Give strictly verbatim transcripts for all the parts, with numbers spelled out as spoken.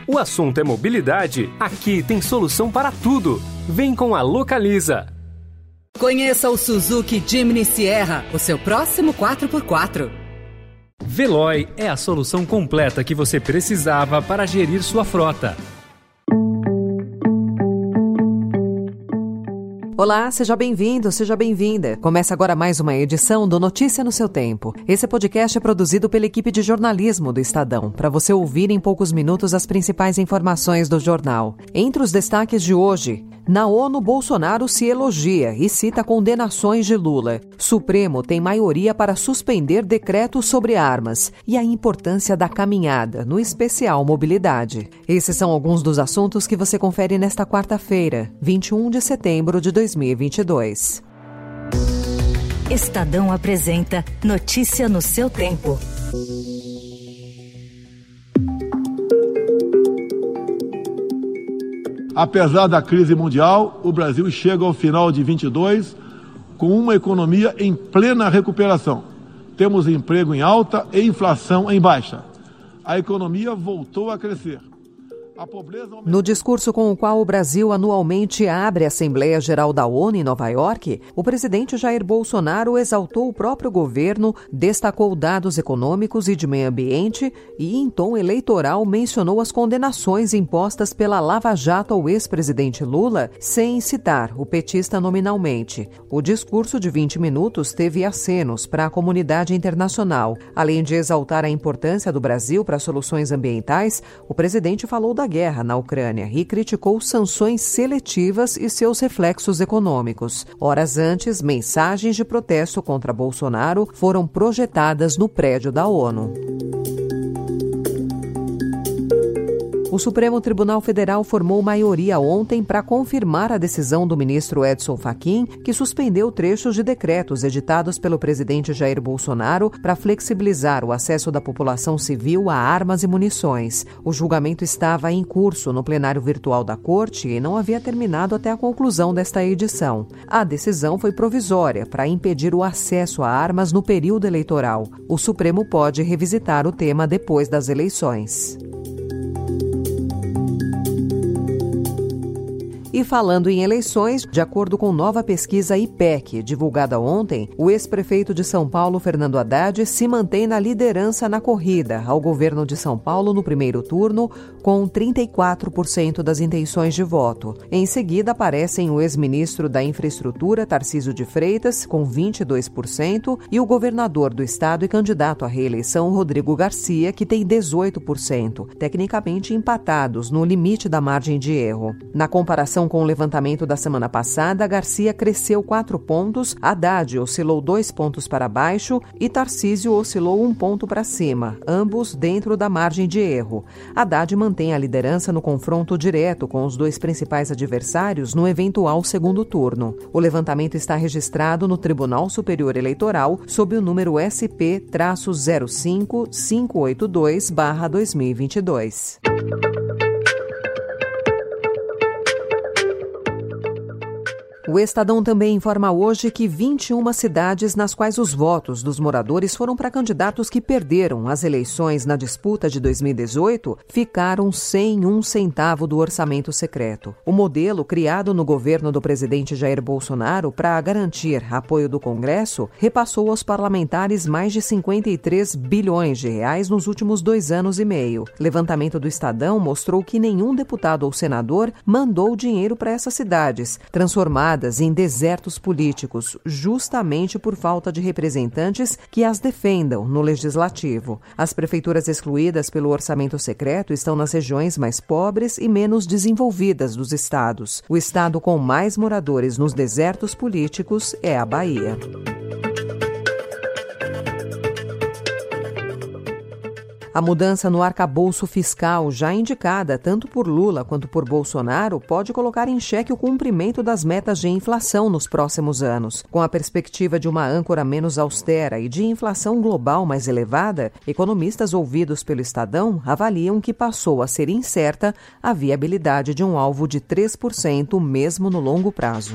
O assunto é mobilidade? Aqui tem solução para tudo. Vem com a Localiza. Conheça o Suzuki Jimny Sierra, o seu próximo quatro por quatro. Veloy é a solução completa que você precisava para gerir sua frota. Olá, seja bem-vindo, seja bem-vinda. Começa agora mais uma edição do Notícia no seu Tempo. Esse podcast é produzido pela equipe de jornalismo do Estadão, para você ouvir em poucos minutos as principais informações do jornal. Entre os destaques de hoje, na ONU, Bolsonaro se elogia e cita condenações de Lula. Supremo tem maioria para suspender decretos sobre armas e a importância da caminhada, no especial mobilidade. Esses são alguns dos assuntos que você confere nesta quarta-feira, vinte e um de setembro de dois mil e vinte e dois. Estadão apresenta Notícia no seu tempo. Apesar da crise mundial, o Brasil chega ao final de vinte e dois com uma economia em plena recuperação. Temos emprego em alta e inflação em baixa. A economia voltou a crescer. No discurso com o qual o Brasil anualmente abre a Assembleia Geral da ONU em Nova York, o presidente Jair Bolsonaro exaltou o próprio governo, destacou dados econômicos e de meio ambiente e, em tom eleitoral, mencionou as condenações impostas pela Lava Jato ao ex-presidente Lula, sem citar o petista nominalmente. O discurso de vinte minutos teve acenos para a comunidade internacional. Além de exaltar a importância do Brasil para soluções ambientais, o presidente falou da guerra na Ucrânia e criticou sanções seletivas e seus reflexos econômicos. Horas antes, mensagens de protesto contra Bolsonaro foram projetadas no prédio da ONU. O Supremo Tribunal Federal formou maioria ontem para confirmar a decisão do ministro Edson Fachin, que suspendeu trechos de decretos editados pelo presidente Jair Bolsonaro para flexibilizar o acesso da população civil a armas e munições. O julgamento estava em curso no plenário virtual da Corte e não havia terminado até a conclusão desta edição. A decisão foi provisória para impedir o acesso a armas no período eleitoral. O Supremo pode revisitar o tema depois das eleições. E falando em eleições, de acordo com nova pesquisa I P E C, divulgada ontem, o ex-prefeito de São Paulo, Fernando Haddad, se mantém na liderança na corrida ao governo de São Paulo no primeiro turno, com trinta e quatro por cento das intenções de voto. Em seguida, aparecem o ex-ministro da Infraestrutura, Tarcísio de Freitas, com vinte e dois por cento, e o governador do estado e candidato à reeleição, Rodrigo Garcia, que tem dezoito por cento, tecnicamente empatados no limite da margem de erro. Na comparação com o levantamento da semana passada, Garcia cresceu quatro pontos, Haddad oscilou dois pontos para baixo e Tarcísio oscilou um ponto para cima, ambos dentro da margem de erro. Haddad mantém a liderança no confronto direto com os dois principais adversários no eventual segundo turno. O levantamento está registrado no Tribunal Superior Eleitoral sob o número S P zero cinco cinco oito dois barra dois mil e vinte e dois. O Estadão também informa hoje que vinte e uma cidades nas quais os votos dos moradores foram para candidatos que perderam as eleições na disputa de dois mil e dezoito ficaram sem um centavo do orçamento secreto. O modelo, criado no governo do presidente Jair Bolsonaro para garantir apoio do Congresso, repassou aos parlamentares mais de cinquenta e três bilhões de reais nos últimos dois anos e meio. Levantamento do Estadão mostrou que nenhum deputado ou senador mandou dinheiro para essas cidades, transformadas em desertos políticos, justamente por falta de representantes que as defendam no legislativo. As prefeituras excluídas pelo orçamento secreto estão nas regiões mais pobres e menos desenvolvidas dos estados. O estado com mais moradores nos desertos políticos é a Bahia. A mudança no arcabouço fiscal, já indicada tanto por Lula quanto por Bolsonaro, pode colocar em xeque o cumprimento das metas de inflação nos próximos anos. Com a perspectiva de uma âncora menos austera e de inflação global mais elevada, economistas ouvidos pelo Estadão avaliam que passou a ser incerta a viabilidade de um alvo de três por cento mesmo no longo prazo.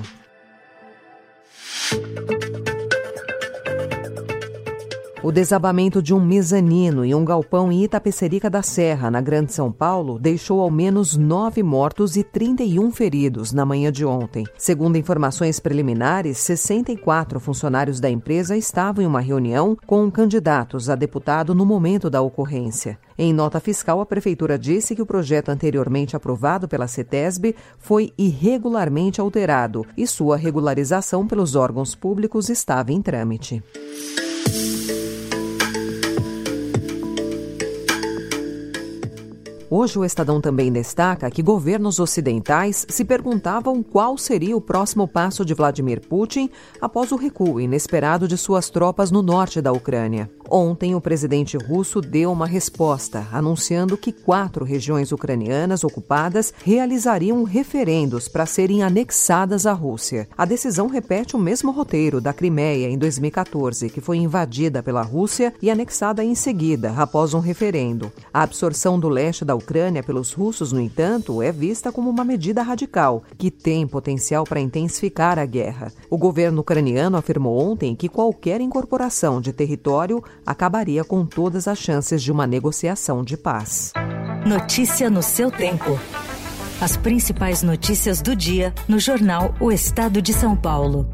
O desabamento de um mezanino e um galpão em Itapecerica da Serra, na Grande São Paulo, deixou ao menos nove mortos e trinta e um feridos na manhã de ontem. Segundo informações preliminares, sessenta e quatro funcionários da empresa estavam em uma reunião com candidatos a deputado no momento da ocorrência. Em nota fiscal, a Prefeitura disse que o projeto anteriormente aprovado pela CETESB foi irregularmente alterado e sua regularização pelos órgãos públicos estava em trâmite. Hoje o Estadão também destaca que governos ocidentais se perguntavam qual seria o próximo passo de Vladimir Putin após o recuo inesperado de suas tropas no norte da Ucrânia. Ontem, o presidente russo deu uma resposta, anunciando que quatro regiões ucranianas ocupadas realizariam referendos para serem anexadas à Rússia. A decisão repete o mesmo roteiro da Crimeia em dois mil e catorze, que foi invadida pela Rússia e anexada em seguida, após um referendo. A absorção do leste da Ucrânia pelos russos, no entanto, é vista como uma medida radical, que tem potencial para intensificar a guerra. O governo ucraniano afirmou ontem que qualquer incorporação de território acabaria com todas as chances de uma negociação de paz. Notícia no seu tempo. As principais notícias do dia no jornal O Estado de São Paulo.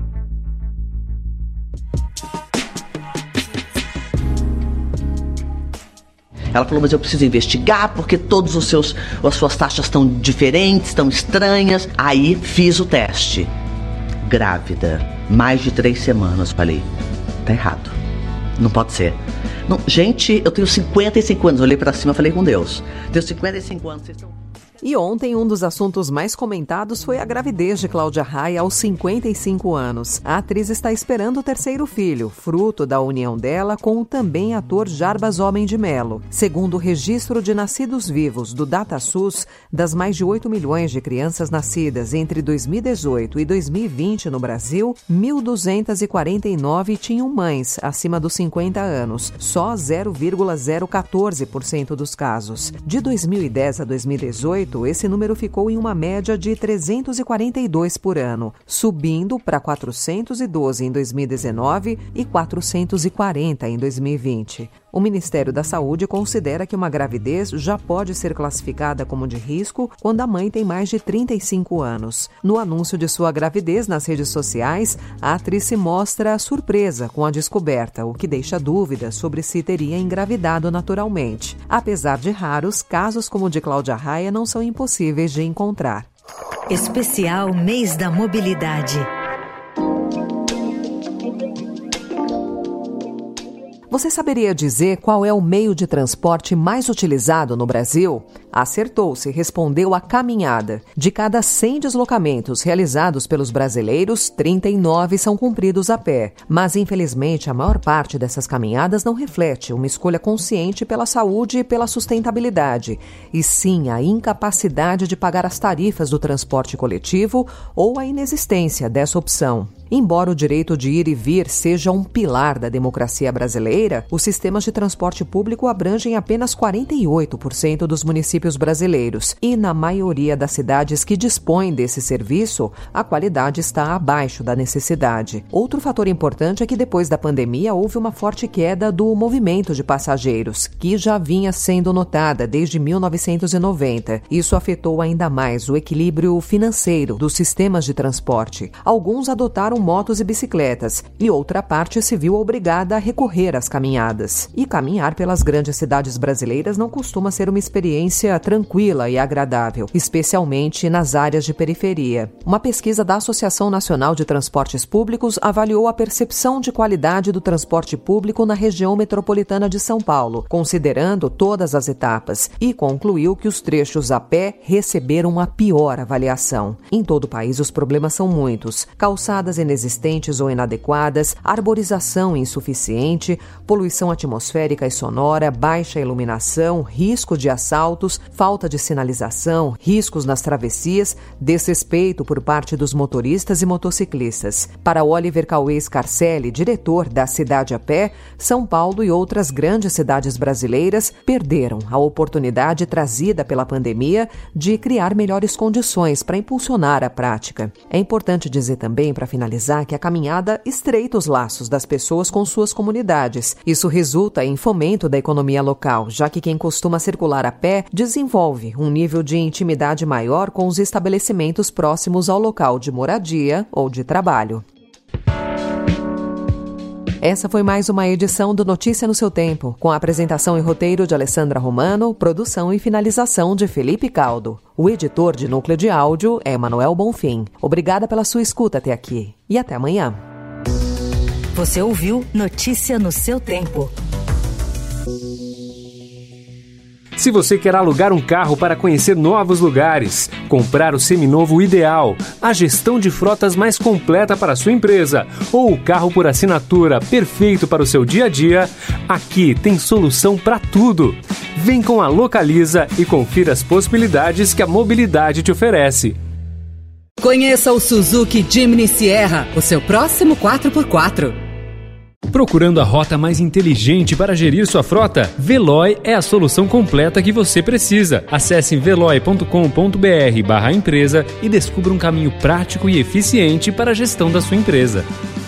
Ela falou, mas eu preciso investigar porque todos os seus, as suas taxas estão diferentes, estão estranhas. Aí fiz o teste. Grávida, mais de três semanas. Falei, tá errado. Não pode ser. Não, gente, eu tenho cinquenta e cinco anos. Eu olhei pra cima e falei com Deus. Tenho cinquenta e cinco anos, vocês estão... E ontem, um dos assuntos mais comentados foi a gravidez de Cláudia Raia aos cinquenta e cinco anos. A atriz está esperando o terceiro filho, fruto da união dela com o também ator Jarbas Homem de Melo. Segundo o registro de nascidos vivos do DataSUS, das mais de oito milhões de crianças nascidas entre dois mil e dezoito e dois mil e vinte no Brasil, mil duzentos e quarenta e nove tinham mães acima dos cinquenta anos, só zero vírgula zero um quatro por cento dos casos. De dois mil e dez a dois mil e dezoito, esse número ficou em uma média de trezentos e quarenta e dois por ano, subindo para quatrocentos e doze em dois mil e dezenove e quatrocentos e quarenta em dois mil e vinte. O Ministério da Saúde considera que uma gravidez já pode ser classificada como de risco quando a mãe tem mais de trinta e cinco anos. No anúncio de sua gravidez nas redes sociais, a atriz se mostra surpresa com a descoberta, o que deixa dúvidas sobre se teria engravidado naturalmente. Apesar de raros, casos como o de Cláudia Raia não são impossíveis de encontrar. Especial Mês da Mobilidade. Você saberia dizer qual é o meio de transporte mais utilizado no Brasil? Acertou-se, respondeu a caminhada. De cada cem deslocamentos realizados pelos brasileiros, trinta e nove são cumpridos a pé. Mas, infelizmente, a maior parte dessas caminhadas não reflete uma escolha consciente pela saúde e pela sustentabilidade, e sim a incapacidade de pagar as tarifas do transporte coletivo ou a inexistência dessa opção. Embora o direito de ir e vir seja um pilar da democracia brasileira, os sistemas de transporte público abrangem apenas quarenta e oito por cento dos municípios brasileiros e, na maioria das cidades que dispõem desse serviço, a qualidade está abaixo da necessidade. Outro fator importante é que depois da pandemia houve uma forte queda do movimento de passageiros, que já vinha sendo notada desde mil novecentos e noventa. Isso afetou ainda mais o equilíbrio financeiro dos sistemas de transporte. Alguns adotaram motos e bicicletas, e outra parte se viu obrigada a recorrer às caminhadas. E caminhar pelas grandes cidades brasileiras não costuma ser uma experiência tranquila e agradável, especialmente nas áreas de periferia. Uma pesquisa da Associação Nacional de Transportes Públicos avaliou a percepção de qualidade do transporte público na região metropolitana de São Paulo, considerando todas as etapas, e concluiu que os trechos a pé receberam a pior avaliação. Em todo o país, os problemas são muitos: calçadas inexistentes ou inadequadas, arborização insuficiente, poluição atmosférica e sonora, baixa iluminação, risco de assaltos, falta de sinalização, riscos nas travessias, desrespeito por parte dos motoristas e motociclistas. Para Oliver Cauê Scarcelli, diretor da Cidade a Pé, São Paulo e outras grandes cidades brasileiras perderam a oportunidade trazida pela pandemia de criar melhores condições para impulsionar a prática. É importante dizer também, para finalizar, que a caminhada estreita os laços das pessoas com suas comunidades. Isso resulta em fomento da economia local, já que quem costuma circular a pé desenvolve um nível de intimidade maior com os estabelecimentos próximos ao local de moradia ou de trabalho. Essa foi mais uma edição do Notícia no seu Tempo, com a apresentação e roteiro de Alessandra Romano, produção e finalização de Felipe Caldo. O editor de núcleo de áudio é Emanuel Bonfim. Obrigada pela sua escuta até aqui e até amanhã. Você ouviu Notícia no seu Tempo. Se você quer alugar um carro para conhecer novos lugares, comprar o seminovo ideal, a gestão de frotas mais completa para a sua empresa ou o carro por assinatura perfeito para o seu dia a dia, aqui tem solução para tudo. Vem com a Localiza e confira as possibilidades que a mobilidade te oferece. Conheça o Suzuki Jimny Sierra, o seu próximo quatro por quatro. Procurando a rota mais inteligente para gerir sua frota? Veloy é a solução completa que você precisa. Acesse veloy ponto com ponto br barra empresa e descubra um caminho prático e eficiente para a gestão da sua empresa.